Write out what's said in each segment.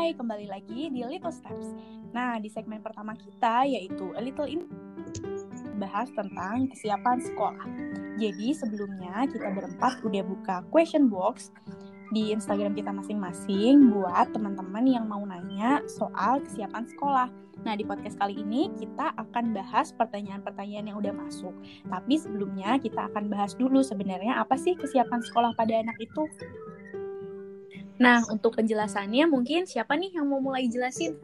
Hai, kembali lagi di Little Steps. Nah, di segmen pertama kita yaitu A Little bahas tentang kesiapan sekolah. Jadi sebelumnya kita berempat udah buka question box di Instagram kita masing-masing buat teman-teman yang mau nanya soal kesiapan sekolah. Nah, di podcast kali ini kita akan bahas pertanyaan-pertanyaan yang udah masuk. Tapi sebelumnya kita akan bahas dulu sebenarnya apa sih kesiapan sekolah pada anak itu. Nah, untuk penjelasannya mungkin siapa nih yang mau mulai jelasin?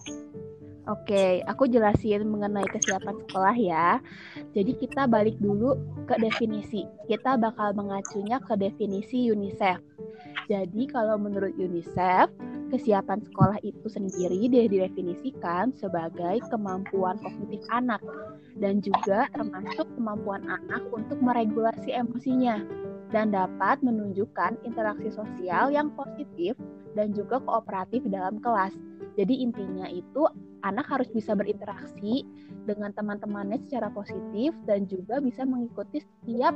Oke, aku jelasin mengenai kesiapan sekolah ya. Jadi kita balik dulu ke definisi. Kita bakal mengacunya ke definisi UNICEF. Jadi kalau menurut UNICEF, kesiapan sekolah itu sendiri didefinisikan sebagai kemampuan kognitif anak dan juga termasuk kemampuan anak untuk meregulasi emosinya dan dapat menunjukkan interaksi sosial yang positif dan juga kooperatif dalam kelas. Jadi intinya itu anak harus bisa berinteraksi dengan teman-temannya secara positif dan juga bisa mengikuti setiap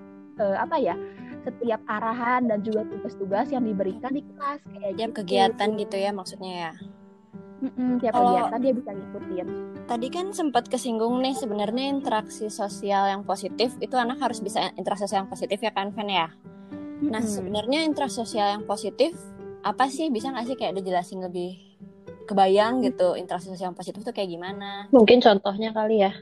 setiap arahan dan juga tugas-tugas yang diberikan di kelas kayak tiap gitu. Kegiatan gitu ya maksudnya ya. Tiap kegiatan dia bisa ngikutin. Tadi kan sempat kesinggung nih sebenarnya interaksi sosial yang positif itu anak harus bisa interaksi sosial yang positif ya kan Ven ya. Nah sebenarnya interaksi sosial yang positif apa sih, bisa nggak sih kayak dijelasin lebih kebayang gitu interaksi sosial yang positif itu kayak gimana? Mungkin contohnya kali ya.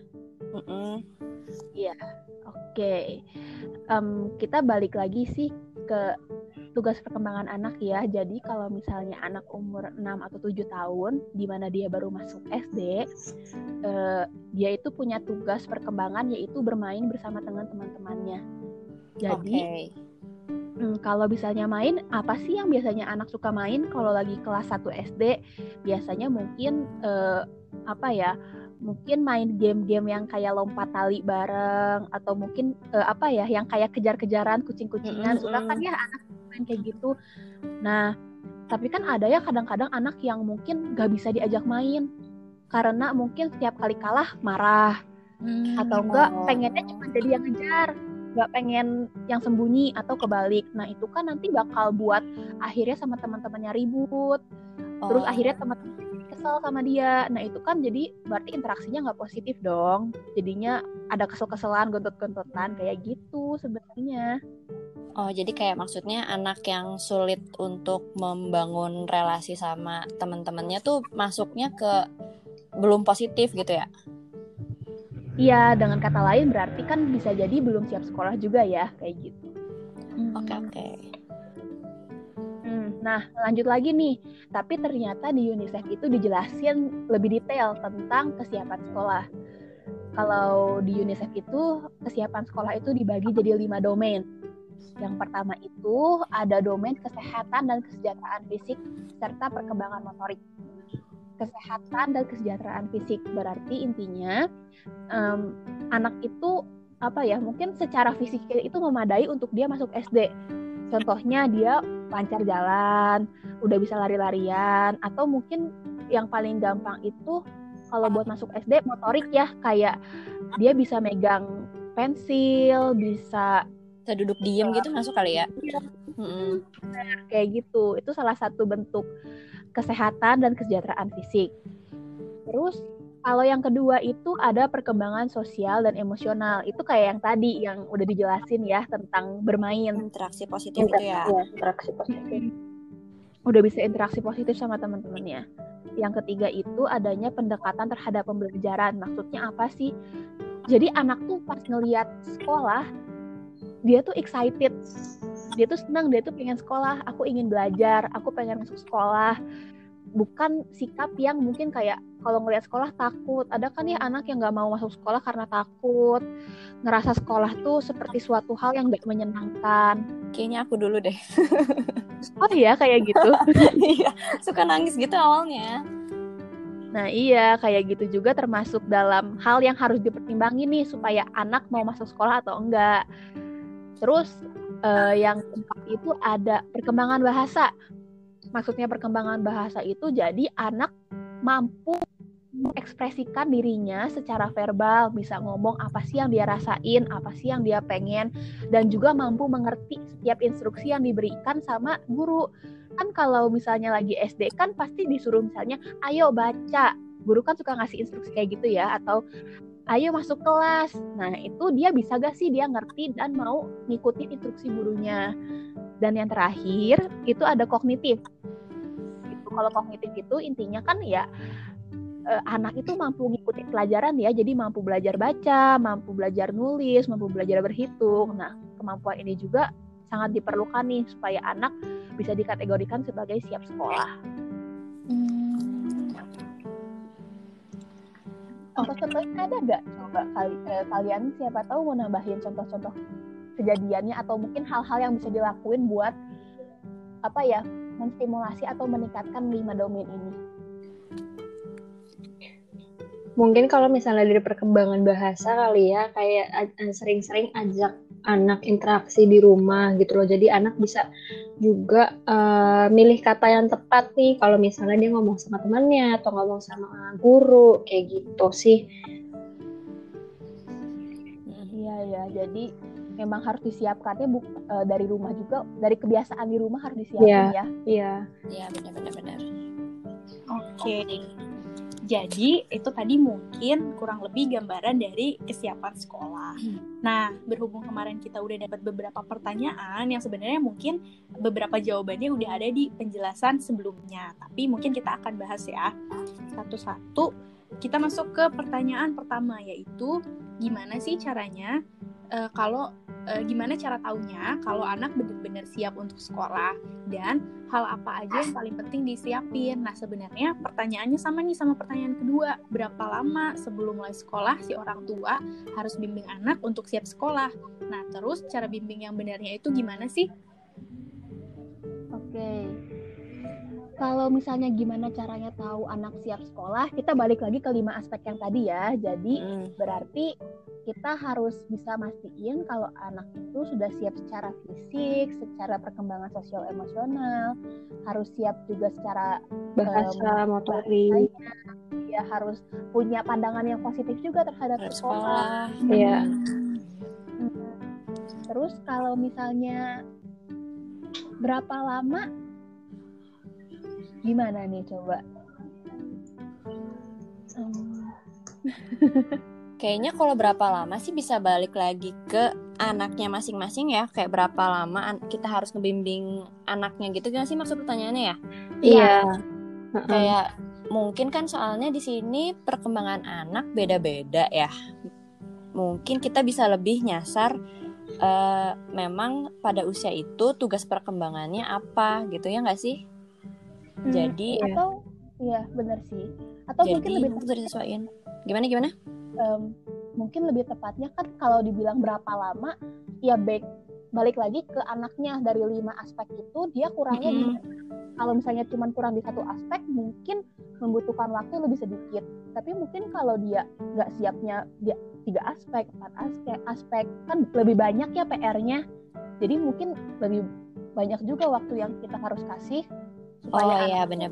Iya, oke. Kita balik lagi sih ke tugas perkembangan anak ya. Jadi kalau misalnya anak umur 6 atau 7 tahun di mana dia baru masuk SD, dia itu punya tugas perkembangan yaitu bermain bersama dengan teman-temannya. Jadi kalau misalnya main, apa sih yang biasanya anak suka main kalau lagi kelas 1 SD? Biasanya mungkin mungkin main game-game yang kayak lompat tali bareng atau mungkin yang kayak kejar-kejaran kucing-kucingan. Suka kan ya anak main kayak gitu. Nah, tapi kan ada ya kadang-kadang anak yang mungkin gak bisa diajak main karena mungkin setiap kali kalah marah atau enggak pengennya cuma jadi yang ngejar, gak pengen yang sembunyi atau kebalik. Nah itu kan nanti bakal buat akhirnya sama teman-temannya ribut, terus akhirnya teman-temannya kesel sama dia. Nah itu kan jadi berarti interaksinya gak positif dong. Jadinya ada kesel-keselan, gontot-gontotan kayak gitu sebenarnya. Oh, jadi kayak maksudnya anak yang sulit untuk membangun relasi sama teman-temannya tuh masuknya ke belum positif gitu ya? Iya, dengan kata lain berarti kan bisa jadi belum siap sekolah juga ya, kayak gitu. Oke. Nah, lanjut lagi nih. Tapi ternyata di UNICEF itu dijelasin lebih detail tentang kesiapan sekolah. Kalau di UNICEF itu kesiapan sekolah itu dibagi jadi 5 domain. Yang pertama itu ada domain kesehatan dan kesejahteraan fisik serta perkembangan motorik. Kesehatan dan kesejahteraan fisik berarti intinya anak itu mungkin secara fisik itu memadai untuk dia masuk SD. Contohnya dia lancar jalan, udah bisa lari-larian, atau mungkin yang paling gampang itu kalau buat masuk SD motorik ya, kayak dia bisa megang pensil, bisa duduk diem gitu masuk kali ya. Kayak gitu. Itu salah satu bentuk kesehatan dan kesejahteraan fisik. Terus kalau yang kedua itu ada perkembangan sosial dan emosional. Itu kayak yang tadi yang udah dijelasin ya tentang bermain. Interaksi positif itu ya. Interaksi positif. Udah bisa interaksi positif sama teman-temannya. Yang ketiga itu adanya pendekatan terhadap pembelajaran. Maksudnya apa sih? Jadi anak tuh pas ngelihat sekolah, dia tuh excited, dia tuh senang, dia tuh pengen sekolah, aku ingin belajar, aku pengen masuk sekolah. Bukan sikap yang mungkin kayak kalau ngelihat sekolah takut. Ada kan ya anak yang gak mau masuk sekolah karena takut, ngerasa sekolah tuh seperti suatu hal yang gak menyenangkan. Kayaknya aku dulu deh. Oh iya, kayak gitu. Iya, suka nangis gitu awalnya. Nah iya, kayak gitu juga termasuk dalam hal yang harus dipertimbangin nih supaya anak mau masuk sekolah atau enggak. Terus yang keempat itu ada perkembangan bahasa. Maksudnya perkembangan bahasa itu jadi anak mampu mengekspresikan dirinya secara verbal, bisa ngomong apa sih yang dia rasain, apa sih yang dia pengen, dan juga mampu mengerti setiap instruksi yang diberikan sama guru. kan kalau misalnya lagi SD kan pasti disuruh misalnya ayo baca, guru kan suka ngasih instruksi kayak gitu ya, atau ayo masuk kelas. Nah itu dia bisa gak sih dia ngerti dan mau ngikutin instruksi gurunya. Dan yang terakhir itu ada kognitif. Kalau kognitif itu intinya kan ya anak itu mampu ngikutin pelajaran ya, jadi mampu belajar baca, mampu belajar nulis, mampu belajar berhitung. Nah, kemampuan ini juga sangat diperlukan nih supaya anak bisa dikategorikan sebagai siap sekolah. Contoh-contohnya ada nggak? Coba kalian siapa tahu mau nambahin contoh-contoh kejadiannya atau mungkin hal-hal yang bisa dilakuin buat menstimulasi atau meningkatkan 5 domain ini. Mungkin kalau misalnya dari perkembangan bahasa kali ya, kayak sering-sering ajak anak interaksi di rumah gitu loh. Jadi anak bisa juga milih kata yang tepat nih kalau misalnya dia ngomong sama temannya atau ngomong sama guru, kayak gitu sih. Iya ya, jadi memang harus disiapkannya dari rumah juga, dari kebiasaan di rumah harus disiapin ya. Iya, benar. Oke. Jadi itu tadi mungkin kurang lebih gambaran dari kesiapan sekolah. Nah, berhubung kemarin kita udah dapat beberapa pertanyaan yang sebenarnya mungkin beberapa jawabannya udah ada di penjelasan sebelumnya. Tapi mungkin kita akan bahas ya satu-satu. Kita masuk ke pertanyaan pertama, yaitu gimana sih caranya gimana cara taunya kalau anak benar-benar siap untuk sekolah, dan hal apa aja yang paling penting disiapin. Nah, sebenarnya pertanyaannya sama nih sama pertanyaan kedua. Berapa lama sebelum mulai sekolah si orang tua harus bimbing anak untuk siap sekolah? Nah, terus cara bimbing yang benarnya itu gimana sih? Oke. Kalau misalnya gimana caranya tahu anak siap sekolah, kita balik lagi ke 5 aspek yang tadi ya. Jadi berarti kita harus bisa mastiin kalau anak itu sudah siap secara fisik, secara perkembangan sosial emosional, harus siap juga secara bahasa, motorik. Ya harus punya pandangan yang positif juga terhadap sekolah. Iya. Terus kalau misalnya berapa lama, gimana nih coba? Kayaknya kalau berapa lama sih bisa balik lagi ke anaknya masing-masing ya. Kayak berapa lama kita harus ngebimbing anaknya gitu kan sih maksud pertanyaannya ya? Iya. Kayak mungkin kan soalnya di sini perkembangan anak beda-beda ya. Mungkin kita bisa lebih nyasar memang pada usia itu tugas perkembangannya apa gitu ya nggak sih? Jadi atau ya benar sih. Atau jadi, mungkin lebih disesuaiin. Gimana? Mungkin lebih tepatnya kan kalau dibilang berapa lama, ya balik lagi ke anaknya. Dari 5 aspek itu dia kurangnya gimana. Kalau misalnya cuma kurang di satu aspek, mungkin membutuhkan waktu lebih sedikit. Tapi mungkin kalau dia nggak siapnya dia 3 aspek, 4 aspek kan lebih banyak ya PR-nya. Jadi mungkin lebih banyak juga waktu yang kita harus kasih supaya iya benar.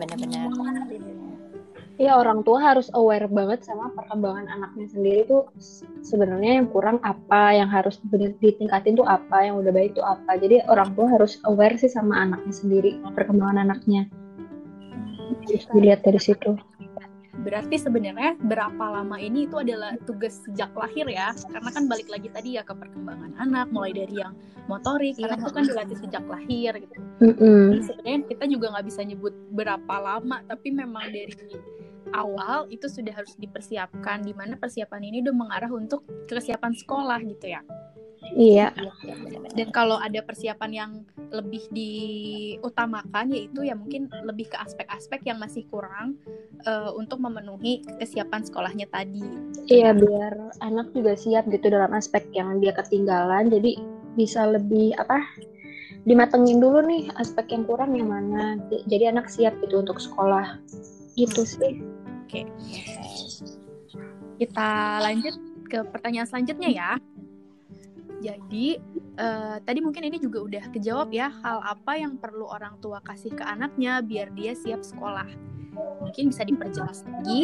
Ya, orang tua harus aware banget sama perkembangan anaknya sendiri tuh sebenarnya yang kurang apa, yang harus ditingkatin tuh apa, yang udah baik tuh apa. Jadi orang tua harus aware sih sama anaknya sendiri, perkembangan anaknya. Harus dilihat dari situ. Berarti sebenarnya berapa lama ini itu adalah tugas sejak lahir ya, karena kan balik lagi tadi ya ke perkembangan anak, mulai dari yang motorik, karena itu kan dilatih sejak lahir gitu. Jadi sebenarnya kita juga nggak bisa nyebut berapa lama, tapi memang dari awal itu sudah harus dipersiapkan, di mana persiapan ini udah mengarah untuk kesiapan sekolah gitu ya. Iya. Dan kalau ada persiapan yang lebih diutamakan, yaitu ya mungkin lebih ke aspek-aspek yang masih kurang untuk memenuhi kesiapan sekolahnya tadi. Iya, biar anak juga siap gitu dalam aspek yang dia ketinggalan. Jadi bisa lebih dimatengin dulu nih aspek yang kurang yang mana. Jadi anak siap gitu untuk sekolah. Gitu sih. Oke. Kita lanjut ke pertanyaan selanjutnya ya. Jadi tadi mungkin ini juga udah kejawab ya, hal apa yang perlu orang tua kasih ke anaknya biar dia siap sekolah. Mungkin bisa diperjelas lagi.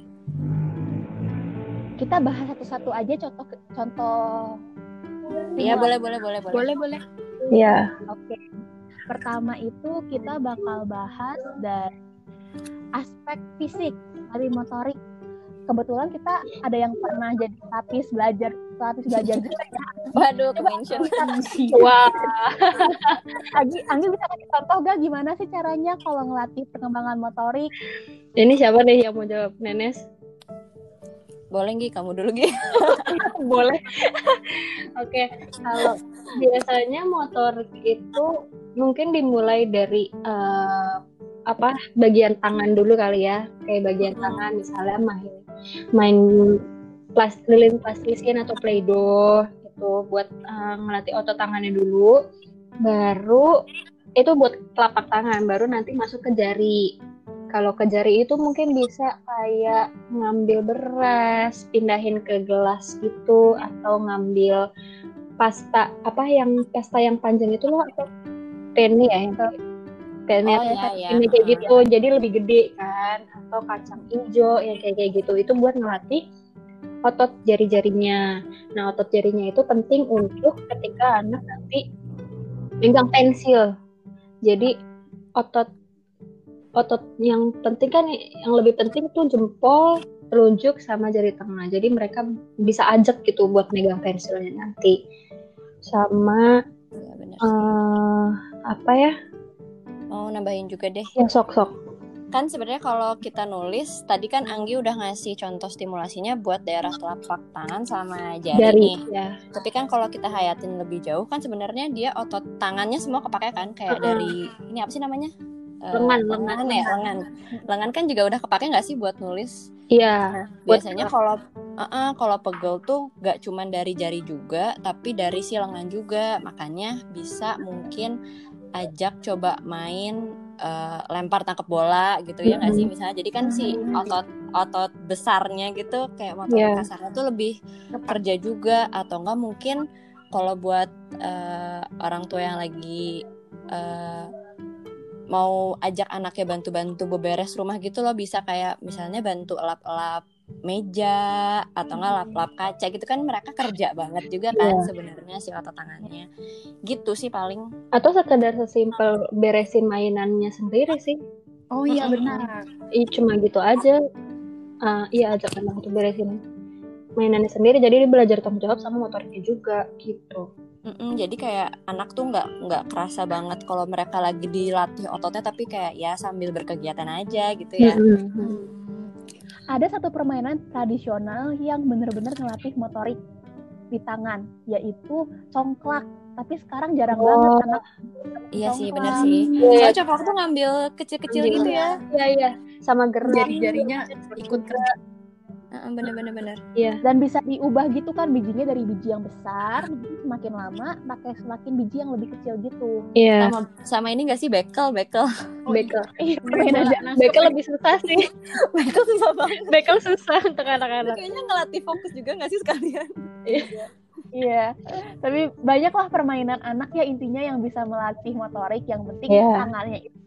Kita bahas satu-satu aja contoh. Iya, boleh. Boleh. Iya. Oke. Pertama itu kita bakal bahas dari aspek fisik, dari motorik. Kebetulan kita ada yang pernah jadi pelatih belajar juga ya. Waduh, ke-mention. Wah, Anggi bisa kasih contoh gak gimana sih caranya kalau ngelatih perkembangan motorik? ini siapa nih yang mau jawab? Nenes? Boleh Gi, kamu dulu Gi. Boleh. Oke, kalau biasanya motorik itu mungkin dimulai dari bagian tangan dulu kali ya. Kayak bagian tangan misalnya main lilin plastisin atau play-doh itu buat ngelatih otot tangannya dulu. Baru itu buat telapak tangan, baru nanti masuk ke jari. Kalau ke jari itu mungkin bisa kayak ngambil beras, pindahin ke gelas gitu, atau ngambil pasta yang panjang itu loh, atau penny ya, penny ini kayak gitu, jadi lebih gede kan, atau kacang hijau yang kayak gitu, itu buat ngelatih otot jari-jarinya. Nah, otot jarinya itu penting untuk ketika anak nanti megang pensil. Jadi otot yang penting kan, yang lebih penting tuh jempol, telunjuk sama jari tengah. Jadi mereka bisa ajak gitu buat megang pensilnya nanti. Sama Mau nambahin juga deh. Ya, sok. Kan sebenarnya kalau kita nulis tadi kan Anggi udah ngasih contoh stimulasinya buat daerah telapak tangan sama jari nih. Ya. Tapi kan kalau kita hayatin lebih jauh kan sebenarnya dia otot tangannya semua kepake kan, kayak dari ini apa sih namanya? Lengan kan juga udah kepake nggak sih buat nulis? Iya. Nah, biasanya kalau pegel tuh nggak cuma dari jari juga, tapi dari si lengan juga. Makanya bisa mungkin ajak coba main lempar tangkap bola gitu ya nggak sih misalnya. Jadi kan si otot besarnya gitu kayak motor kasarnya tuh lebih kerja juga. Atau enggak mungkin kalau buat orang tua yang lagi mau ajak anaknya bantu-bantu beberes rumah gitu loh, bisa kayak misalnya bantu elap-elap meja atau enggak lap-lap kaca gitu kan, mereka kerja banget juga kan sebenarnya si otot tangannya gitu sih paling. Atau sekedar sesimpel beresin mainannya sendiri sih. Oh iya benar. Cuma gitu aja. Ajak anak untuk beresin mainannya sendiri, jadi dia belajar tanggung jawab sama motoriknya juga gitu. Jadi kayak anak tuh nggak kerasa banget kalau mereka lagi dilatih ototnya, tapi kayak ya sambil berkegiatan aja gitu ya. Ada satu permainan tradisional yang benar-benar ngelatih motorik di tangan, yaitu congklak. Tapi sekarang jarang banget anak. Iya sih, benar sih. Soalnya congklak tuh ngambil kecil-kecil gitu ya. Iya. Sama gerak. Jari-jarinya ikut kerja. Bener. Iya. Dan bisa diubah gitu kan, bijinya dari biji yang besar, semakin lama pakai semakin biji yang lebih kecil gitu. Iya. Sama ini nggak sih bekel? Bekel. Bekel lebih susah sih. Bekel susah banget. Bekel susah untuk anak-anak. Kayaknya ngelatih fokus juga nggak sih sekalian? Iya. Tapi banyaklah permainan anak ya intinya yang bisa melatih motorik. Yang penting tangannya itu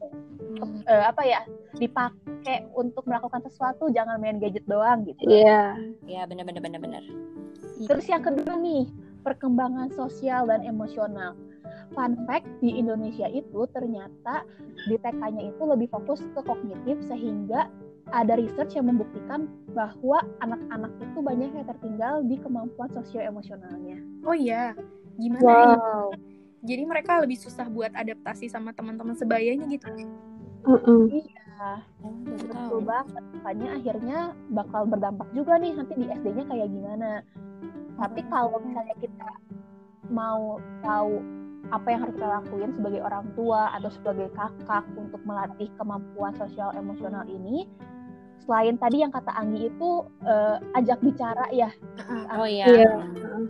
dipakai untuk melakukan sesuatu, jangan main gadget doang gitu. Iya, benar. Terus yang kedua nih, perkembangan sosial dan emosional. Fun fact, di Indonesia itu ternyata di TK-nya itu lebih fokus ke kognitif, sehingga ada research yang membuktikan bahwa anak-anak itu banyak yang tertinggal di kemampuan sosio-emosionalnya. Oh iya, gimana ini? Jadi mereka lebih susah buat adaptasi sama teman-teman sebayanya gitu. Iya, betul banget. Makanya akhirnya bakal berdampak juga nih nanti di SD-nya kayak gimana. Tapi kalau misalnya kita mau tahu apa yang harus kita lakuin sebagai orang tua atau sebagai kakak untuk melatih kemampuan sosial emosional ini, selain tadi yang kata Anggi itu ajak bicara ya. Oh iya.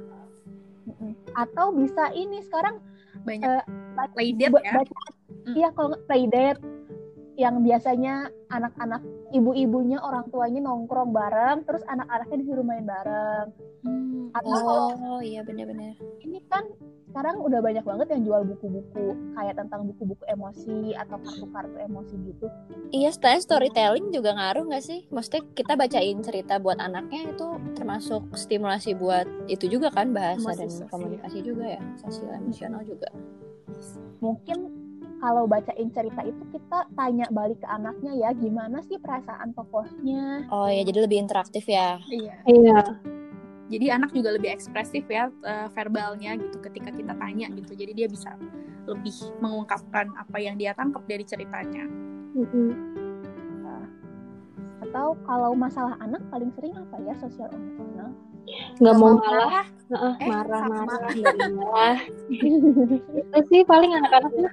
Atau bisa ini sekarang banyak playdate ya. Iya, kalau playdate yang biasanya anak-anak ibu-ibunya orang tuanya nongkrong bareng, terus anak-anaknya disuruh main bareng. Atau iya benar-benar. Ini kan sekarang udah banyak banget yang jual buku-buku kayak tentang buku-buku emosi atau kartu-kartu emosi gitu. Iya, storytelling juga ngaruh nggak sih? Maksudnya kita bacain cerita buat anaknya itu termasuk stimulasi buat itu juga kan, bahasa dan komunikasi juga ya, sosial emosional juga. Mungkin kalau bacain cerita itu kita tanya balik ke anaknya ya, gimana sih perasaan tokohnya. Oh ya, jadi lebih interaktif ya. Iya. Jadi anak juga lebih ekspresif ya verbalnya gitu ketika kita tanya gitu. Jadi dia bisa lebih mengungkapkan apa yang dia tangkap dari ceritanya. Atau kalau masalah anak paling sering apa ya, sosial emosional? Nggak mau marah. marah, nggak marah. Itu sih paling anak-anaknya.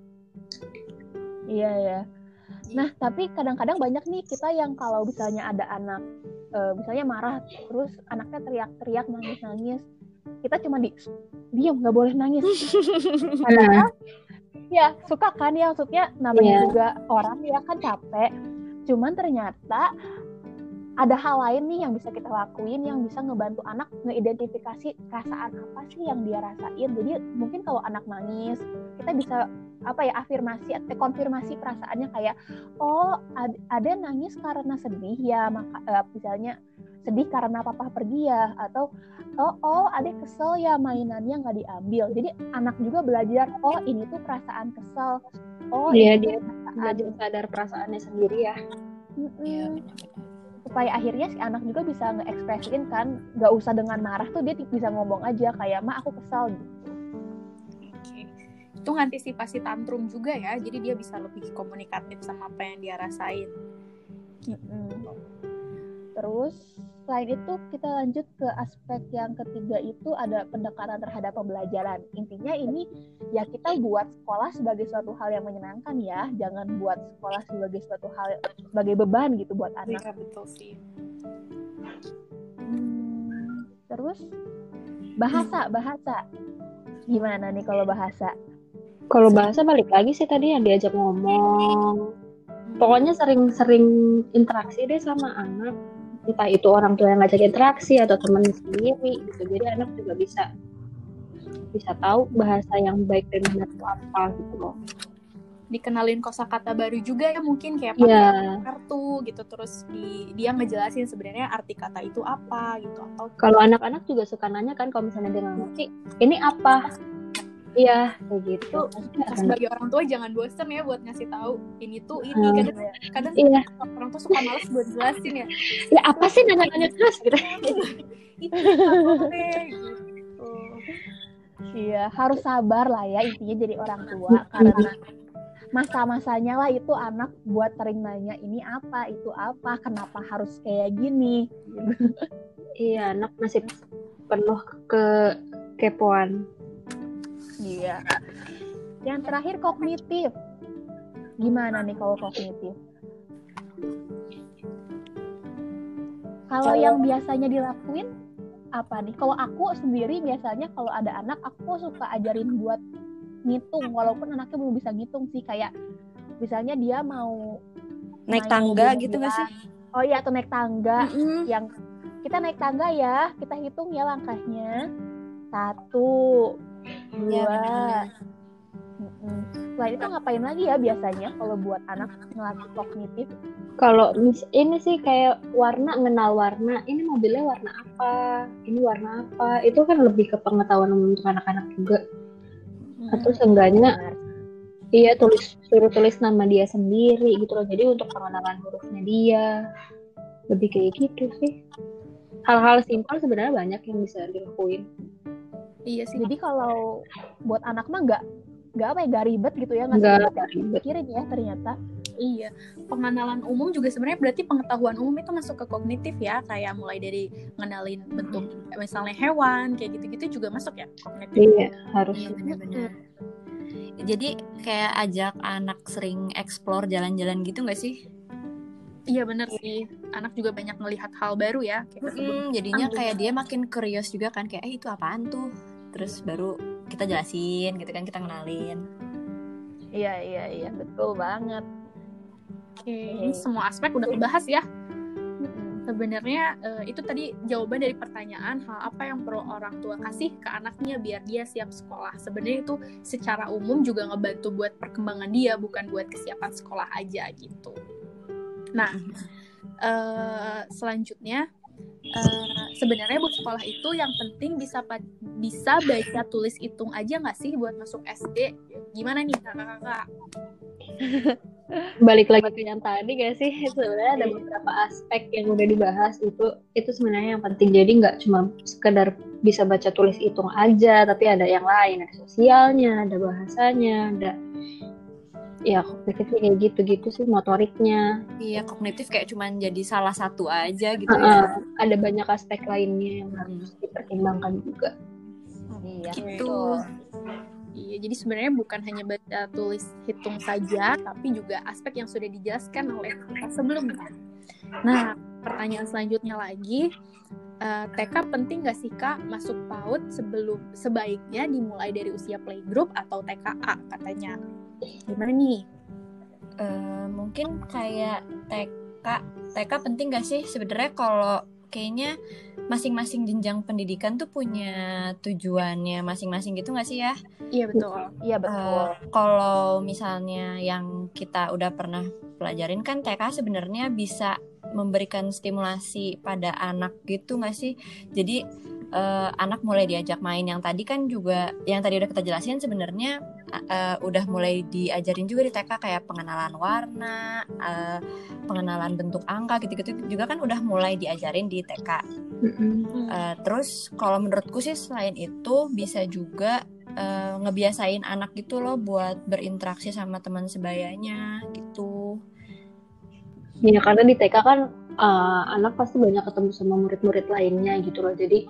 Iya ya. Nah, tapi kadang-kadang banyak nih kita yang kalau misalnya ada anak misalnya marah, terus anaknya teriak-teriak, nangis-nangis, kita cuma diam, nggak boleh nangis. Padahal ya suka kan ya, maksudnya namanya juga orang ya kan capek. Cuman ternyata ada hal lain nih yang bisa kita lakuin yang bisa ngebantu anak ngeidentifikasi perasaan apa sih yang dia rasain. Jadi mungkin kalau anak nangis, kita bisa afirmasi atau konfirmasi perasaannya, kayak ada nangis karena sedih ya, maka misalnya sedih karena papa pergi ya, atau ada kesel ya mainannya nggak diambil. Jadi anak juga belajar ini tuh perasaan kesel, dia belajar sadar perasaannya sendiri ya. Iya, supaya akhirnya si anak juga bisa nge-ekspresiin kan, nggak usah dengan marah tuh, dia bisa ngomong aja kayak, "Ma, aku kesal," gitu. Itu ngantisipasi tantrum juga ya, jadi dia bisa lebih komunikatif sama apa yang dia rasain. Terus selain itu kita lanjut ke aspek yang ketiga, itu ada pendekatan terhadap pembelajaran. Intinya ini ya kita buat sekolah sebagai suatu hal yang menyenangkan ya, jangan buat sekolah sebagai suatu hal sebagai beban gitu buat anak. Iya, betul sih. Terus bahasa gimana nih kalau bahasa? Kalau bahasa balik lagi sih tadi yang diajak ngomong. Pokoknya sering-sering interaksi deh sama anak. Entah itu orang tua yang ngajak interaksi atau teman sendiri gitu. Jadi anak juga bisa tahu bahasa yang baik dan benar itu apa gitu loh. Dikenalin kosakata baru juga ya, mungkin kayak pakai kartu gitu, terus dia ngejelasin sebenarnya arti kata itu apa gitu. Atau kalau anak-anak juga suka nanya kan, kalau misalnya dia nggak ngerti, ini apa? Iya, kayak gitu. Sebagai orang tua jangan bosen ya buat ngasih tahu ini tuh ini. Kadang orang tua suka malas buat jelasin ya. Ya apa sih nanya-nanya terus gitu. Itu gitu. Iya, harus sabar lah ya intinya jadi orang tua, karena masa-masanya lah itu anak buat sering nanya ini apa, itu apa, kenapa harus kayak gini. Iya, anak masih penuh kekepoan. Iya. Yang terakhir kognitif. Gimana nih kalau kognitif? Kalau yang biasanya dilakuin apa nih? Kalau aku sendiri biasanya kalau ada anak, aku suka ajarin buat ngitung, walaupun anaknya belum bisa ngitung sih, kayak misalnya dia mau naik tangga gitu nggak sih? Oh iya, atau naik tangga. Yang kita naik tangga ya, kita hitung ya langkahnya. 1, 2. Selain itu ngapain lagi ya biasanya kalau buat anak ngelatih kognitif? Kalau ini sih kayak ngenal warna, ini mobilnya warna apa, ini warna apa, itu kan lebih ke pengetahuan untuk anak-anak juga. Atau seenggaknya suruh tulis nama dia sendiri gitu loh, jadi untuk pengenalan hurufnya dia, lebih kayak gitu sih. Hal-hal simpel sebenarnya banyak yang bisa dilakuin. Iya sih. Jadi kalau buat anak mah nggak ribet gitu ya, nggak ribet pikirin ya ternyata. Iya, pengenalan umum juga sebenarnya berarti pengetahuan umum itu masuk ke kognitif ya, kayak mulai dari ngenalin bentuk misalnya hewan kayak gitu-gitu juga masuk ya kognitif. Iya, harus. Iya, benar-benar. Jadi kayak ajak anak sering explore jalan-jalan gitu nggak sih? Iya benar sih, anak juga banyak melihat hal baru ya. Jadinya kayak dia makin curious juga kan, kayak itu apaan tuh? Terus baru kita jelasin gitu kan, kita kenalin. Iya, betul banget. Oke, ini semua aspek udah dibahas ya. Sebenarnya itu tadi jawaban dari pertanyaan hal apa yang perlu orang tua kasih ke anaknya biar dia siap sekolah. Sebenarnya itu secara umum juga ngebantu buat perkembangan dia, bukan buat kesiapan sekolah aja gitu. Nah, selanjutnya sebenarnya buat sekolah itu yang penting bisa baca tulis hitung aja nggak sih buat masuk SD? Gimana nih kakak-kakak? Balik lagi ke yang tadi gak sih, sebenarnya ada beberapa aspek yang udah dibahas itu sebenarnya yang penting. Jadi nggak cuma sekedar bisa baca tulis hitung aja, tapi ada yang lain, ada sosialnya, ada bahasanya, ada ya kognitifnya kayak gitu-gitu sih, motoriknya. Iya, kognitif kayak cuman jadi salah satu aja gitu ya. Ada banyak aspek lainnya yang harus dipertimbangkan juga. Iya, Gitu. Iya, jadi sebenarnya bukan hanya baca tulis hitung saja, tapi juga aspek yang sudah dijelaskan oleh kita sebelumnya. Nah, pertanyaan selanjutnya lagi, TK penting nggak sih Kak masuk PAUD sebaiknya dimulai dari usia playgroup atau TKA katanya? Gimana nih? Mungkin kayak TK penting gak sih? Sebenarnya kalau kayaknya masing-masing jenjang pendidikan tuh punya tujuannya masing-masing gitu gak sih ya? Iya betul. Iya betul. Kalau misalnya yang kita udah pernah pelajarin kan TK sebenarnya bisa memberikan stimulasi pada anak gitu gak sih? Jadi anak mulai diajak main yang tadi udah kita jelasin sebenarnya udah mulai diajarin juga di TK kayak pengenalan warna, pengenalan bentuk angka gitu-gitu juga kan udah mulai diajarin di TK. Terus kalau menurutku sih selain itu bisa juga ngebiasain anak gitu loh buat berinteraksi sama teman sebayanya gitu. Ya karena di TK kan anak pasti banyak ketemu sama murid-murid lainnya gitu loh. Jadi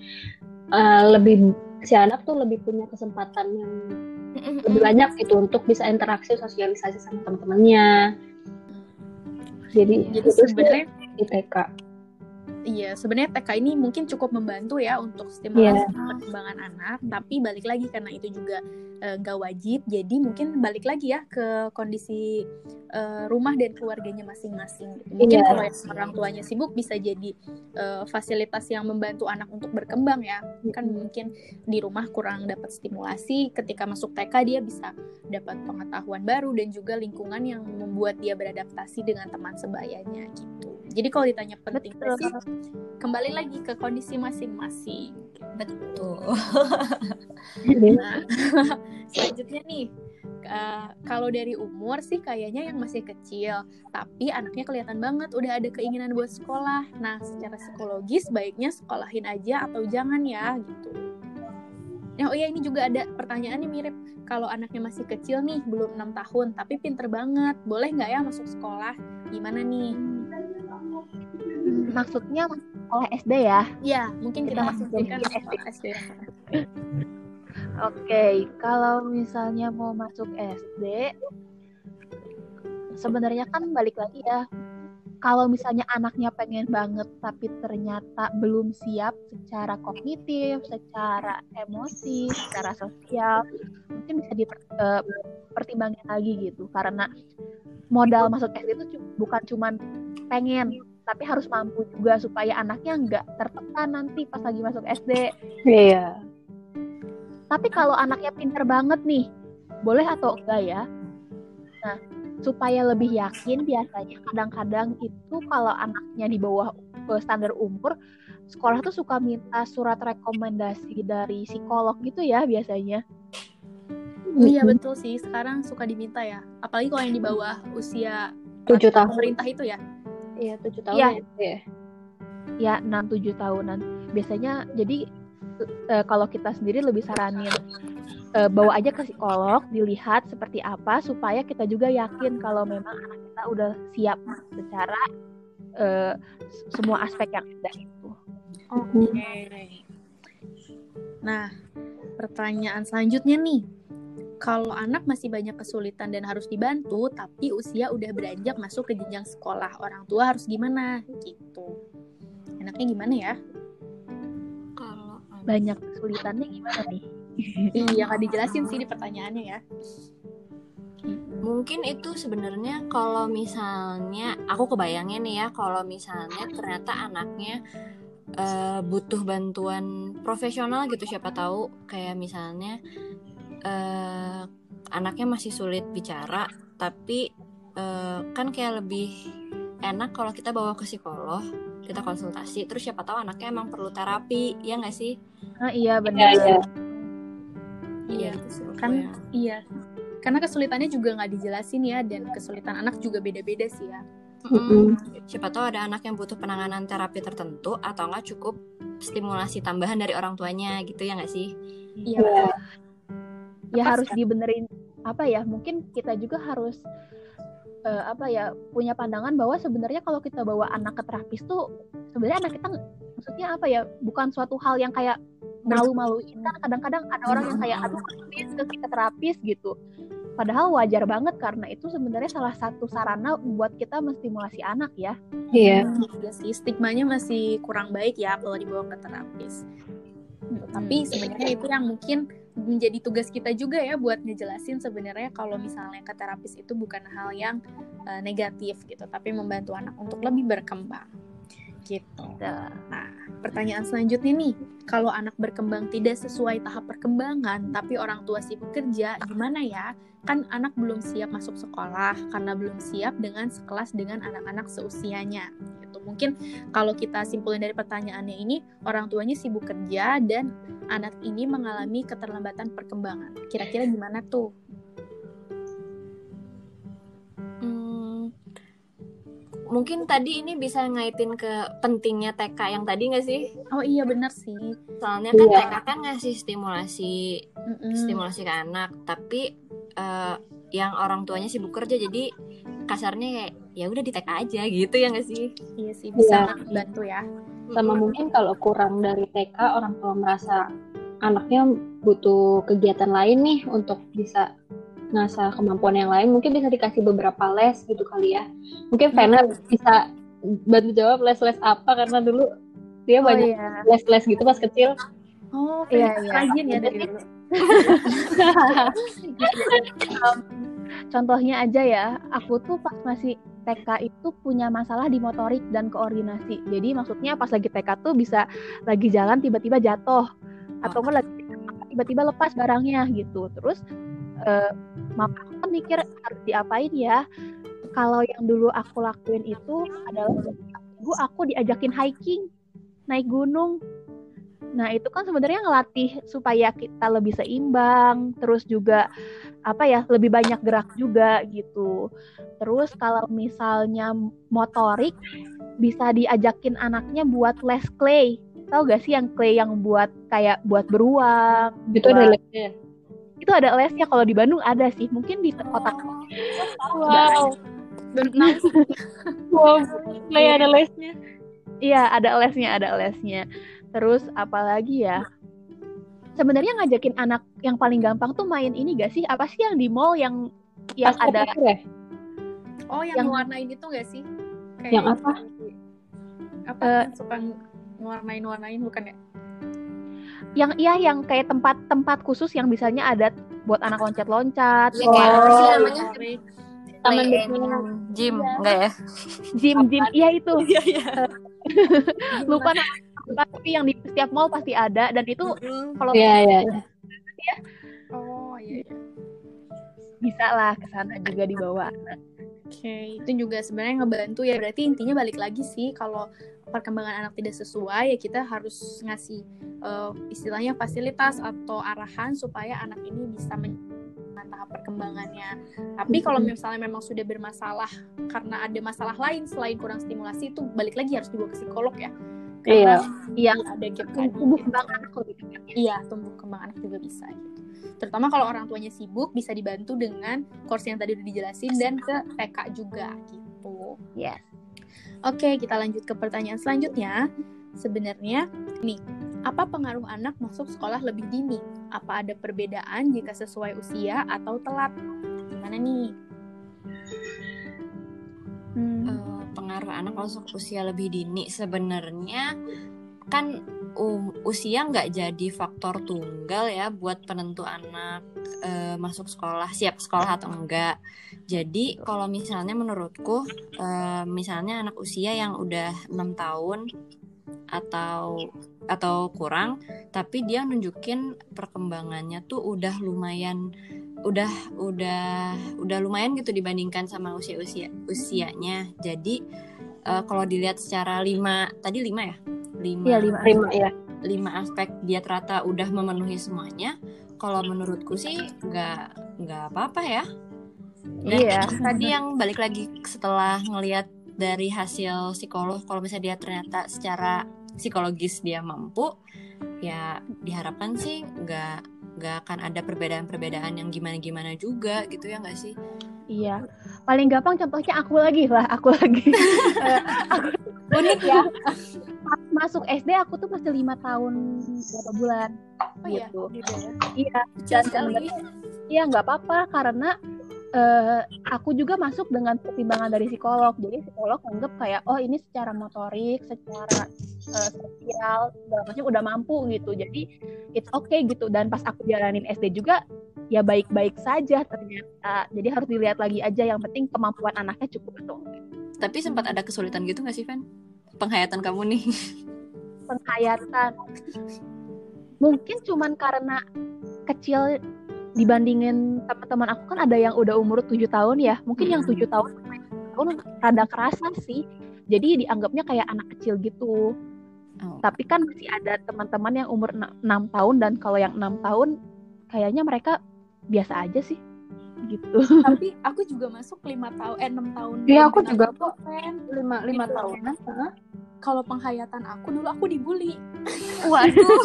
si anak tuh lebih punya kesempatan yang lebih banyak gitu untuk bisa interaksi sosialisasi sama teman-temannya. Jadi sebenarnya di TK. Iya, sebenarnya TK ini mungkin cukup membantu ya untuk stimulasi perkembangan anak, tapi balik lagi karena itu juga nggak wajib, jadi mungkin balik lagi ya ke kondisi rumah dan keluarganya masing-masing. Mungkin kalau orang tuanya sibuk bisa jadi fasilitas yang membantu anak untuk berkembang ya. Kan mungkin di rumah kurang dapat stimulasi, ketika masuk TK dia bisa dapat pengetahuan baru dan juga lingkungan yang membuat dia beradaptasi dengan teman sebayanya gitu. Jadi kalau ditanya penting sih, kembali lagi ke kondisi masing-masing. Betul. Nah, selanjutnya nih, kalau dari umur sih kayaknya yang masih kecil, tapi anaknya kelihatan banget udah ada keinginan buat sekolah. Nah, secara psikologis baiknya sekolahin aja atau jangan ya gitu. Oh iya, ini juga ada pertanyaannya mirip. Kalau anaknya masih kecil nih, belum 6 tahun, tapi pinter banget, boleh nggak ya masuk sekolah? Gimana nih? Maksudnya sekolah SD ya? Iya, mungkin kita masukkan SD. Oke, kalau misalnya mau masuk SD, sebenarnya kan balik lagi ya. Kalau misalnya anaknya pengen banget tapi ternyata belum siap secara kognitif, secara emosi, secara sosial, mungkin bisa dipertimbangkan lagi gitu. Karena modal masuk SD itu bukan cuma pengen, tapi harus mampu juga supaya anaknya nggak tertekan nanti pas lagi masuk SD. Iya. Tapi kalau anaknya pinter banget nih, boleh atau enggak ya? Nah, supaya lebih yakin biasanya kadang-kadang itu kalau anaknya di bawah standar umur, sekolah tuh suka minta surat rekomendasi dari psikolog gitu ya biasanya. Iya betul sih, sekarang suka diminta ya. Apalagi kalau yang di bawah usia 7 tahun. Pemerintah itu ya? Iya, 7 tahun ya. Ya, 6-7 tahunan. Biasanya jadi kalau kita sendiri lebih saranin bawa aja ke psikolog, dilihat seperti apa supaya kita juga yakin kalau memang anak kita udah siap secara semua aspek yang ada itu. Oke. Nah, pertanyaan selanjutnya nih. Kalau anak masih banyak kesulitan dan harus dibantu, tapi usia udah beranjak masuk ke jenjang sekolah, orang tua harus gimana? Gitu. Enaknya gimana ya? Kalau banyak kesulitannya gimana nih? Iya, nggak dijelasin sih di pertanyaannya ya. Mungkin itu sebenarnya kalau misalnya aku kebayangnya nih ya, kalau misalnya ternyata anaknya butuh bantuan profesional gitu, siapa tahu kayak misalnya anaknya masih sulit bicara, tapi kan kayak lebih enak kalau kita bawa ke psikolog kita konsultasi. Terus siapa tahu anaknya emang perlu terapi, ya nggak sih? Iya benar. Iya gitu sih, kan, pokoknya. iya. Karena kesulitannya juga nggak dijelasin ya, dan kesulitan anak juga beda-beda sih ya. Siapa tahu ada anak yang butuh penanganan terapi tertentu atau nggak cukup stimulasi tambahan dari orang tuanya gitu, ya nggak sih? Iya betul. Ya Pas harus kan? dibenerin apa ya? Mungkin kita juga harus punya pandangan bahwa sebenarnya kalau kita bawa anak ke terapis tuh sebenarnya anak kita maksudnya apa ya? Bukan suatu hal yang kayak malu-maluin. Kan kadang-kadang ada orang yang kayak aduh ke terapis gitu. Padahal wajar banget karena itu sebenarnya salah satu sarana buat kita menstimulasi anak ya. Iya. Iya sih, stigmanya masih kurang baik ya kalau dibawa ke terapis. Tapi sebenarnya itu yang mungkin menjadi tugas kita juga ya buat ngejelasin sebenarnya kalau misalnya ke terapis itu bukan hal yang negatif gitu, tapi membantu anak untuk lebih berkembang gitu. Nah, pertanyaan selanjutnya nih, kalau anak berkembang tidak sesuai tahap perkembangan tapi orang tua sibuk kerja, gimana ya? Kan anak belum siap masuk sekolah karena belum siap dengan sekelas dengan anak-anak seusianya gitu. Mungkin kalau kita simpulin dari pertanyaannya ini, orang tuanya sibuk kerja dan anak ini mengalami keterlambatan perkembangan. Kira-kira gimana tuh? Mungkin tadi ini bisa ngaitin ke pentingnya TK yang tadi nggak sih? Oh iya benar sih. Soalnya kan TK kan ngasih stimulasi ke anak, tapi yang orang tuanya sibuk kerja, jadi kasarnya kayak ya udah di TK aja gitu, ya nggak sih? Iya sih, bisa bantu ya. Sama mungkin kalau kurang dari TK, orang tua merasa anaknya butuh kegiatan lain nih untuk bisa ngasah kemampuan yang lain, mungkin bisa dikasih beberapa les gitu kali ya. Mungkin Vena bisa bantu jawab les-les apa, karena dulu dia banyak les-les gitu pas kecil. Oh, iya. Rajin ya dari dulu. Contohnya aja ya, aku tuh pas masih TK itu punya masalah di motorik dan koordinasi. Jadi maksudnya pas lagi TK tuh bisa lagi jalan tiba-tiba jatuh, atau enggak lagi tiba-tiba lepas barangnya gitu. Terus mama aku kan mikir harus diapain ya. Kalau yang dulu aku lakuin itu adalah aku diajakin hiking, naik gunung. Nah itu kan sebenarnya ngelatih supaya kita lebih seimbang, terus juga lebih banyak gerak juga gitu. Terus kalau misalnya motorik bisa diajakin anaknya buat les clay. Tahu gak sih yang clay yang buat kayak buat beruang? Itu ada lesnya. Itu ada lesnya, kalau di Bandung ada sih, mungkin di kota. Wow. Wow, clay ada lesnya. Iya, ada lesnya. Terus apalagi ya? Sebenarnya ngajakin anak yang paling gampang tuh main ini gak sih? Apa sih yang di mall yang ada? Ya? Oh, yang warnain itu gak sih? Kayak yang apa? Apa suka warnain bukan ya? Yang kayak tempat khusus yang misalnya ada buat anak loncat-loncat. Iya, kayak apa sih namanya? Taman gym, enggak ya? Gym, iya itu. Iya. Lupa nama, tapi yang di setiap mall pasti ada, dan itu kalau Iya. Oh iya. Bisa lah ke sana juga dibawa anak. Oke, itu juga sebenarnya ngebantu ya. Berarti intinya balik lagi sih, kalau perkembangan anak tidak sesuai ya kita harus ngasih istilahnya fasilitas atau arahan supaya anak ini bisa tahap perkembangannya. Tapi kalau misalnya memang sudah bermasalah karena ada masalah lain selain kurang stimulasi, itu balik lagi harus dibawa ke psikolog ya. Karena ada gap tumbuh kembang anak lebih banyak. Iya, tumbuh kembang anak juga bisa gitu. Terutama kalau orang tuanya sibuk, bisa dibantu dengan course yang tadi udah dijelasin dan ke TK juga gitu. Yes. Oke, kita lanjut ke pertanyaan selanjutnya. Sebenarnya nih, apa pengaruh anak masuk sekolah lebih dini? Apa ada perbedaan jika sesuai usia atau telat? Gimana nih? Pengaruh anak masuk usia lebih dini sebenarnya kan usia nggak jadi faktor tunggal ya buat penentu anak masuk sekolah, siap sekolah atau enggak. Jadi kalau misalnya menurutku misalnya anak usia yang udah 6 tahun atau kurang, tapi dia nunjukin perkembangannya tuh udah lumayan lumayan gitu dibandingkan sama usianya. Jadi kalau dilihat secara 5 ya? 5 Iya, 5 ya. 5 aspek dia ternyata udah memenuhi semuanya. Kalau menurutku sih nggak apa-apa ya. Dan Iya. tadi yang balik lagi setelah ngelihat dari hasil psikolog, kalau misalnya dia ternyata secara psikologis dia mampu, ya diharapkan sih nggak akan ada perbedaan-perbedaan yang gimana-gimana juga gitu ya nggak sih? Iya. Paling gampang contohnya aku lagi. Aku Unik ya. masuk SD aku tuh masih 5 tahun berapa bulan. Oh iya, gitu. gitu ya. Iya. Kecil sekali. Iya, nggak apa-apa karena aku juga masuk dengan pertimbangan dari psikolog. Jadi psikolog anggap kayak ini secara motorik, secara sosial segala macam udah mampu gitu. Jadi it's okay gitu. Dan pas aku jalanin SD juga ya baik-baik saja ternyata. Jadi harus dilihat lagi aja, yang penting kemampuan anaknya cukup atau enggak. Tapi sempat ada kesulitan gitu nggak sih, Van? Penghayatan kamu nih. Penghayatan mungkin cuman karena kecil dibandingin teman-teman aku, kan ada yang udah umur 7 tahun ya. Mungkin yang 7 tahun rada kerasa sih. Jadi dianggapnya kayak anak kecil gitu. Tapi kan masih ada teman-teman yang umur 6 tahun, dan kalau yang 6 tahun kayaknya mereka biasa aja sih gitu. Tapi aku juga masuk 6 tahun. Iya, aku juga kok. Kan 5 Gitu. tahunan. Kalau penghayatan aku dulu aku dibully. Waduh.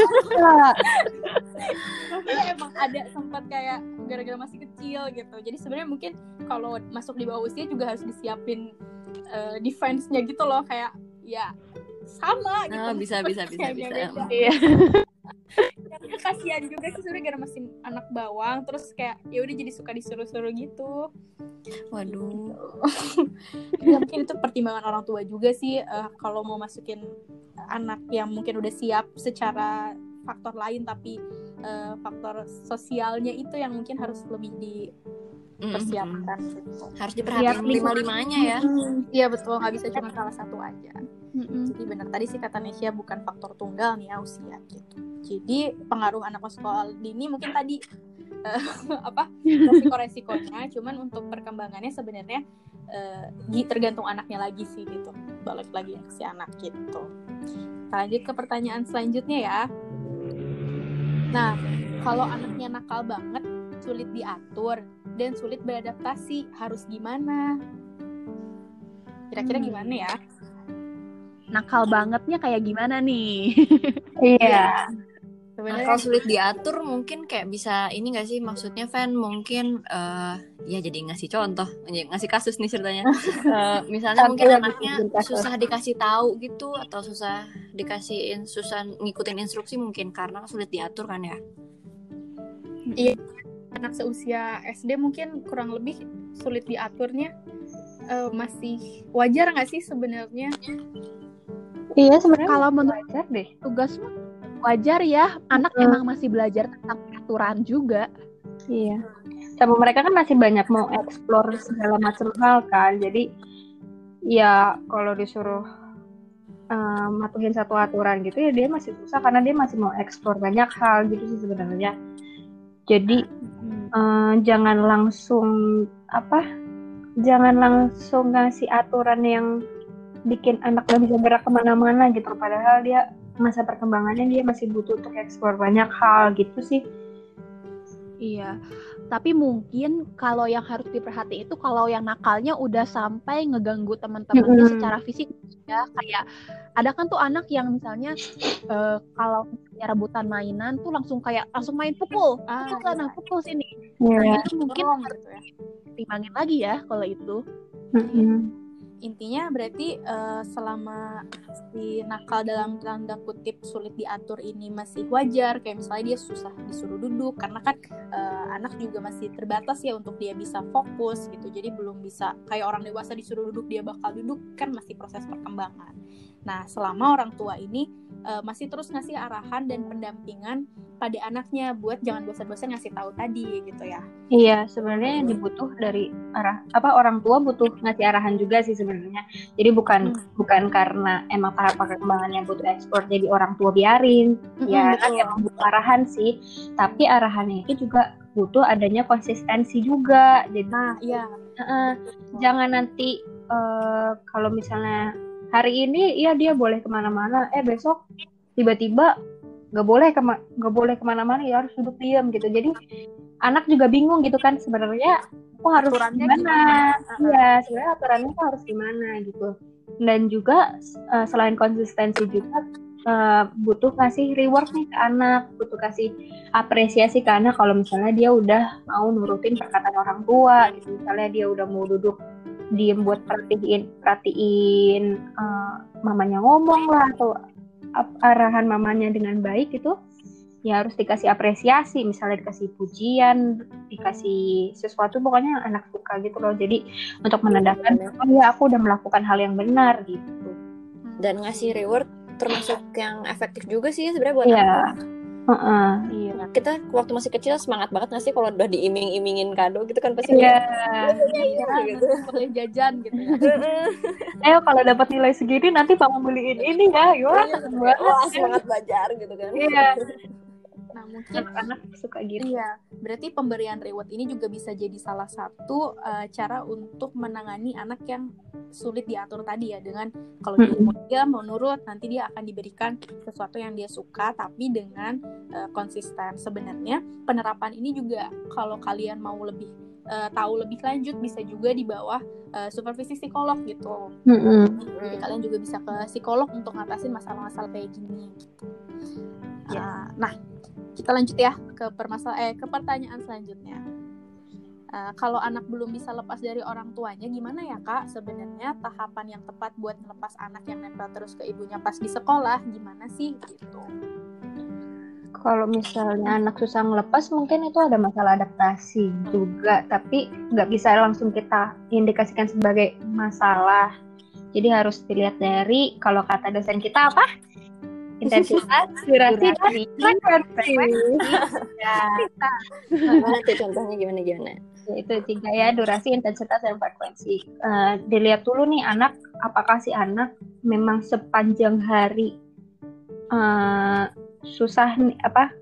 Maksudnya emang ada sempat kayak gara-gara masih kecil gitu. Jadi sebenarnya mungkin kalau masuk di bawah usia juga harus disiapin defense-nya gitu loh, kayak ya sama gitu. Bisa. Iya. Kasihan juga sih sebenarnya gara masih anak bawang, terus kayak ya udah jadi suka disuruh-suruh gitu. Waduh. Ya mungkin itu pertimbangan orang tua juga sih, kalau mau masukin anak yang mungkin udah siap secara faktor lain, tapi faktor sosialnya itu yang mungkin harus lebih dipersiapkan gitu. Harus diperhatikan 5-5-nya ya. Iya betul, nggak bisa cuma salah satu aja. Jadi benar tadi sih kata Nesya, bukan faktor tunggal nih ya usia gitu. Jadi pengaruh anak sekolah dini mungkin tadi resiko-resikonya, cuman untuk perkembangannya sebenarnya tergantung anaknya lagi sih gitu. Balik lagi ke si anak gitu. Lanjut ke pertanyaan selanjutnya ya. Nah, kalau anaknya nakal banget, sulit diatur dan sulit beradaptasi, harus gimana? Kira-kira gimana ya? Nakal bangetnya kayak gimana nih? Iya. Sebenarnya Kalau sulit diatur mungkin kayak bisa ini nggak sih, maksudnya Van mungkin ya jadi ngasih contoh, ngasih kasus nih ceritanya. Misalnya mungkin anaknya susah dikasih tahu gitu, atau susah ngikutin instruksi mungkin karena sulit diatur kan ya. Iya, anak seusia SD mungkin kurang lebih sulit diaturnya masih wajar nggak sih sebenarnya? Iya, sebenarnya Kalau menurut wajar deh. tugas wajar ya, anak emang masih belajar tentang peraturan juga. Iya. Sama mereka kan masih banyak mau explore segala macam hal kan. Jadi ya kalau disuruh matuhin satu aturan gitu ya dia masih susah karena dia masih mau explore banyak hal gitu sih sebenarnya. Jadi jangan langsung ngasih aturan yang bikin anak gak bisa gerak kemana-mana gitu. Padahal dia masa perkembangannya dia masih butuh untuk eksplor banyak hal gitu sih. Iya, tapi mungkin kalau yang harus diperhatiin itu kalau yang nakalnya udah sampai ngeganggu teman-temannya secara fisik ya. Kayak ada kan tuh anak yang misalnya kalau misalnya rebutan mainan tuh langsung main pukul sana, pukul sini. Nah itu mungkin harus dipertimbangin lagi ya kalau itu. Intinya berarti selama si nakal dalam tanda kutip sulit diatur ini masih wajar, kayak misalnya dia susah disuruh duduk karena kan anak juga masih terbatas ya untuk dia bisa fokus gitu, jadi belum bisa kayak orang dewasa disuruh duduk dia bakal duduk, kan masih proses perkembangan. Nah selama orang tua ini masih terus ngasih arahan dan pendampingan pada anaknya buat jangan bosan-bosan ngasih tahu tadi gitu ya. Iya, sebenarnya yang dibutuh dari orang tua butuh ngasih arahan juga sih sebenarnya. Jadi bukan karena emang para perkembangannya butuh ekspor jadi orang tua biarin. Ya kan emang butuh arahan sih, tapi arahannya itu juga butuh adanya konsistensi juga. Jadi jangan nanti kalau misalnya hari ini ya dia boleh kemana-mana, besok tiba-tiba nggak boleh kemana-mana, ya harus duduk diam gitu. Jadi anak juga bingung gitu kan, sebenarnya aku harus Aturannya gimana? gimana? Iya, sebenarnya aturannya tuh harus gimana gitu. Dan juga selain konsistensi juga butuh kasih reward nih ke anak, butuh kasih apresiasi ke anak kalau misalnya dia udah mau nurutin perkataan orang tua gitu. Misalnya dia udah mau duduk diem buat perhatiin mamanya ngomong lah, atau arahan mamanya dengan baik itu, ya harus dikasih apresiasi, misalnya dikasih pujian, dikasih sesuatu, pokoknya anak suka gitu loh. Jadi untuk menandakan, oh ya aku udah melakukan hal yang benar gitu. Dan ngasih reward termasuk yang efektif juga sih sebenarnya buat Iya. anak. Iya. Kita waktu masih kecil semangat banget nggak sih kalau udah diiming-imingin kado gitu kan, pasti Iya. Kira gitu. boleh jajan gitu ya. Ayo kalau dapat nilai segini nanti mama beliin ini ya, Wah, semangat belajar gitu kan. Iya. Nah, mungkin Anak suka gitu. iya, berarti pemberian reward ini juga bisa jadi salah satu cara untuk menangani anak yang sulit diatur tadi ya, dengan kalau dia mau nurut, nanti dia akan diberikan sesuatu yang dia suka, tapi dengan konsisten. Sebenarnya penerapan ini juga kalau kalian mau lebih tahu lebih lanjut, bisa juga di bawah supervisi psikolog gitu. Jadi kalian juga bisa ke psikolog untuk ngatasin masalah-masalah kayak gini gitu. Nah, kita lanjut ya ke pertanyaan selanjutnya. Kalau anak belum bisa lepas dari orang tuanya, gimana ya Kak? Sebenarnya tahapan yang tepat buat melepas anak yang nempel terus ke ibunya pas di sekolah, gimana sih gitu? Kalau misalnya anak susah ngelepas, mungkin itu ada masalah adaptasi juga, tapi nggak bisa langsung kita indikasikan sebagai masalah. Jadi harus dilihat dari, kalau kata dosen kita apa? Intensitas, durasi, dan frekuensi. Ya. Gimana tuh contohnya, gimana? Itu 3 ya, durasi, intensitas, dan frekuensi. Dilihat dulu nih anak, apakah si anak memang sepanjang hari susah nih,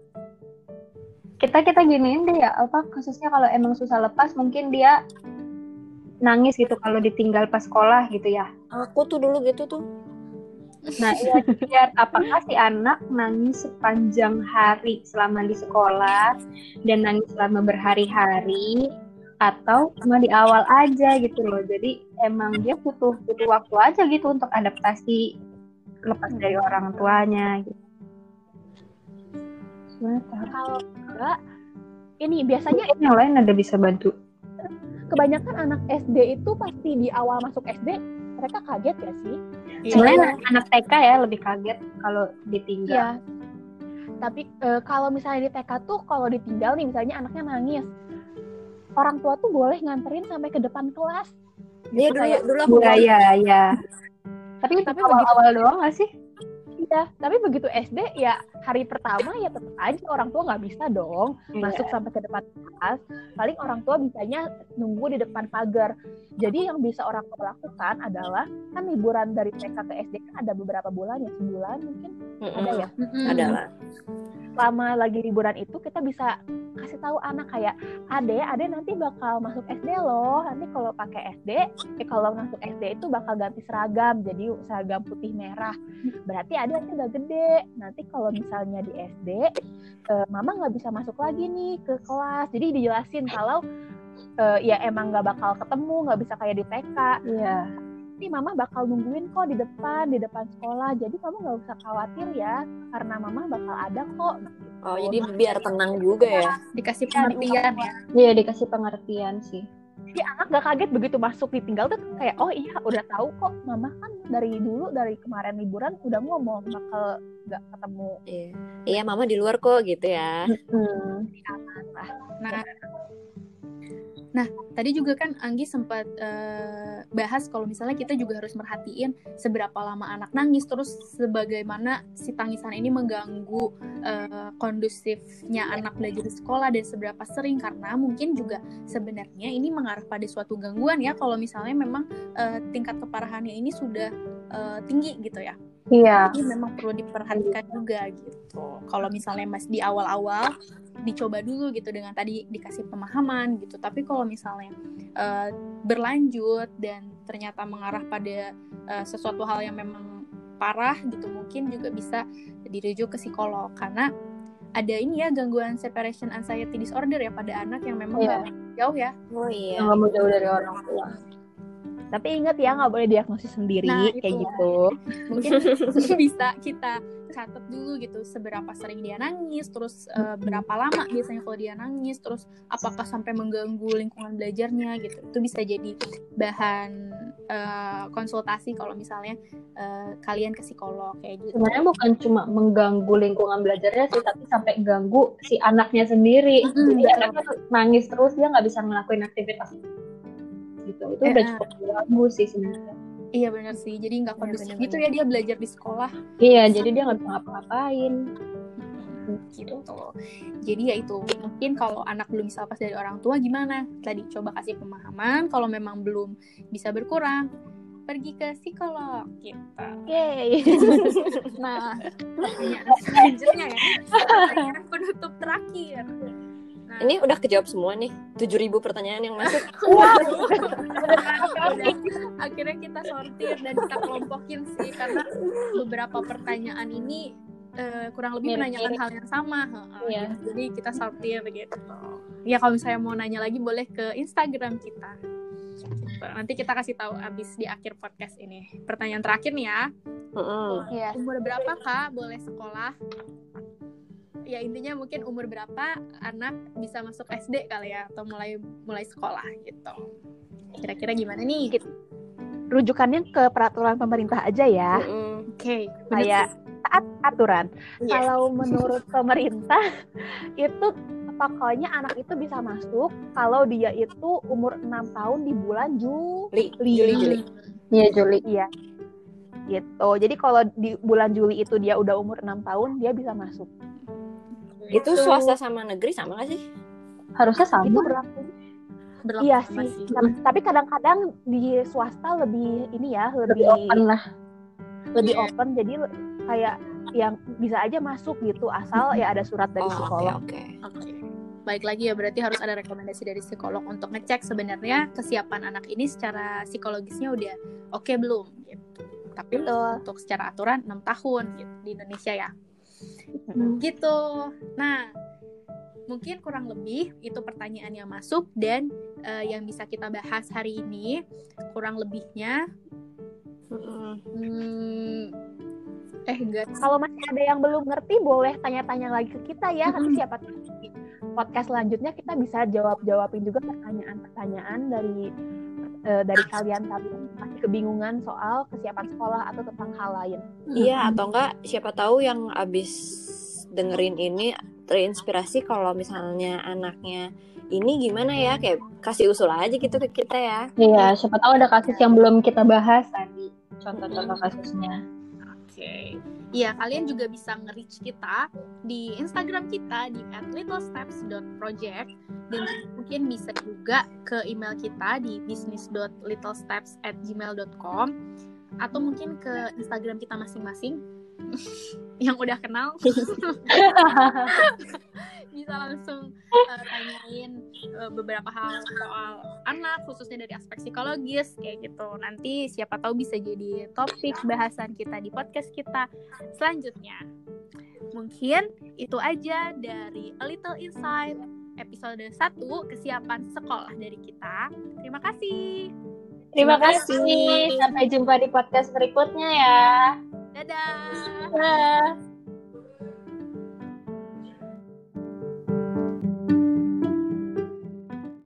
kita giniin deh ya, kasusnya kalau emang susah lepas, mungkin dia nangis gitu kalau ditinggal pas sekolah gitu ya. Aku tuh dulu gitu tuh. Nah, iya, lihat apakah si anak nangis sepanjang hari selama di sekolah dan nangis selama berhari-hari, atau cuma di awal aja gitu loh. Jadi emang dia butuh waktu aja gitu untuk adaptasi lepas dari orang tuanya gitu. Kalau enggak, ini biasanya yang lain ada bisa bantu. Kebanyakan anak SD itu pasti di awal masuk SD mereka kaget ya sih. Sebenarnya anak TK ya lebih kaget kalau ditinggal. Iya. Tapi kalau misalnya di TK tuh kalau ditinggal nih, misalnya anaknya nangis, orang tua tuh boleh nganterin sampai ke depan kelas. Iya, Gitu, dulu aku Iya. Tapi awal-awal doang nggak sih? Iya, tapi begitu SD ya hari pertama ya tetap aja orang tua nggak bisa dong masuk sampai ke depan kelas. Paling orang tua bisanya nunggu di depan pagar. Jadi yang bisa orang tua lakukan adalah, kan liburan dari TK ke SD kan ada beberapa bulan ya, sebulan mungkin ada ya. Ada lah. Selama lagi liburan itu kita bisa kasih tahu anak kayak, Ade nanti bakal masuk SD loh. Nanti kalau pakai SD, kalau masuk SD itu bakal ganti seragam, jadi seragam putih merah. Berarti Ade nanti udah gede. Nanti kalau misalnya di SD, Mama nggak bisa masuk lagi nih ke kelas. Jadi dijelasin kalau ya emang nggak bakal ketemu, nggak bisa kayak di TK. Iya. Tapi Mama bakal nungguin kok di depan sekolah. Jadi kamu nggak usah khawatir ya, karena Mama bakal ada kok. Oh, jadi biar tenang juga ya. Dikasih pengertian ya. Iya, dikasih pengertian sih. Jadi anak gak kaget begitu masuk ditinggal tuh kayak, oh iya udah tahu kok, Mama kan dari kemarin liburan udah ngomong bakal gak ketemu. Iya, Mama di luar kok gitu ya. Nah, tadi juga kan Anggi sempat bahas kalau misalnya kita juga harus merhatiin seberapa lama anak nangis, terus sebagaimana si tangisan ini mengganggu kondusifnya anak belajar di sekolah dan seberapa sering, karena mungkin juga sebenarnya ini mengarah pada suatu gangguan ya kalau misalnya memang tingkat keparahannya ini sudah tinggi gitu ya. Iya. Jadi memang perlu diperhatikan juga gitu. Kalau misalnya masih di awal-awal, dicoba dulu gitu dengan tadi dikasih pemahaman gitu. Tapi kalau misalnya berlanjut dan ternyata mengarah pada sesuatu hal yang memang parah gitu, mungkin juga bisa dirujuk ke psikolog, karena ada ini ya, gangguan separation anxiety disorder ya pada anak yang memang gak jauh ya. Oh iya. Yang nggak mau jauh dari orang tua. Tapi ingat ya, nggak boleh diagnosis sendiri kayak gitu. Mungkin bisa kita catat dulu gitu, seberapa sering dia nangis, terus berapa lama biasanya kalau dia nangis, terus apakah sampai mengganggu lingkungan belajarnya gitu. Itu bisa jadi bahan konsultasi kalau misalnya kalian ke psikolog kayak gitu. Sebenarnya bukan cuma mengganggu lingkungan belajarnya sih, tapi sampai ganggu si anaknya sendiri. Jadi anaknya nangis terus, dia nggak bisa ngelakuin aktivitas gitu. Itu udah cukup mengganggu sih sebenarnya. Iya benar sih, jadi nggak kondusif gitu ya dia belajar di sekolah. Iya, jadi dia nggak bisa ngapa-ngapain gitu. Jadi ya itu, mungkin kalau anak belum bisa lepas dari orang tua gimana? Tadi coba kasih pemahaman, kalau memang belum bisa berkurang, pergi ke psikolog gitu. Yeay. Nah, pertanyaan selanjutnya ya, pertanyaan penutup terakhir. Nah, Ini udah kejawab semua nih, 7.000 pertanyaan yang masuk. akhirnya kita sortir dan kita kelompokin sih, karena beberapa pertanyaan ini kurang lebih menanyakan hal yang sama. Gitu. Jadi kita sortir gitu. Ya kalau misalnya mau nanya lagi boleh ke Instagram kita. Nanti kita kasih tahu abis di akhir podcast ini. Pertanyaan terakhir nih ya. Umur berapa Kak boleh sekolah? Ya intinya mungkin umur berapa anak bisa masuk SD kali ya, atau mulai sekolah gitu. Kira-kira gimana nih? Rujukannya ke peraturan pemerintah aja ya. Oke. Kayak taat aturan. Kalau menurut pemerintah itu pokoknya anak itu bisa masuk kalau dia itu umur 6 tahun di bulan Juli. Iya, Juli. Iya. Gitu. Jadi kalau di bulan Juli itu dia udah umur 6 tahun, dia bisa masuk. Itu swasta sama negeri sama gak sih? Harusnya sama. Itu berlaku. Iya sih. Tapi kadang-kadang di swasta lebih ini ya, lebih open lah. Lebih open, jadi kayak yang bisa aja masuk gitu, asal ya ada surat dari psikolog. Oke. Baik lagi ya, berarti harus ada rekomendasi dari psikolog untuk ngecek sebenarnya kesiapan anak ini secara psikologisnya udah oke belum gitu. Tapi untuk secara aturan 6 tahun gitu di Indonesia ya. Gitu. Nah, mungkin kurang lebih itu pertanyaan yang masuk dan yang bisa kita bahas hari ini. Kurang lebihnya Kalau masih ada yang belum ngerti boleh tanya-tanya lagi ke kita ya. Nanti siapa tahu di podcast selanjutnya kita bisa jawabin juga pertanyaan-pertanyaan dari kalian masih kebingungan soal kesiapan sekolah atau tentang hal lain. Iya, atau enggak siapa tahu yang abis dengerin ini terinspirasi kalau misalnya anaknya ini gimana ya, kayak kasih usul aja gitu ke kita ya. Iya, siapa tahu ada kasus yang belum kita bahas tadi, contoh-contoh kasusnya. Oke. Iya, kalian juga bisa nge-reach kita di Instagram kita di @littlesteps.project, dan mungkin bisa juga ke email kita di business.littlesteps@gmail.com, atau mungkin ke Instagram kita masing-masing yang udah kenal. Bisa langsung tanyain beberapa hal soal anak, khususnya dari aspek psikologis kayak gitu. Nanti siapa tahu bisa jadi topik bahasan kita di podcast kita selanjutnya. Mungkin itu aja dari A Little Insight episode 1, kesiapan sekolah dari kita. Terima kasih. Terima kasih. Sampai jumpa di podcast berikutnya ya. Dadah. Dadah.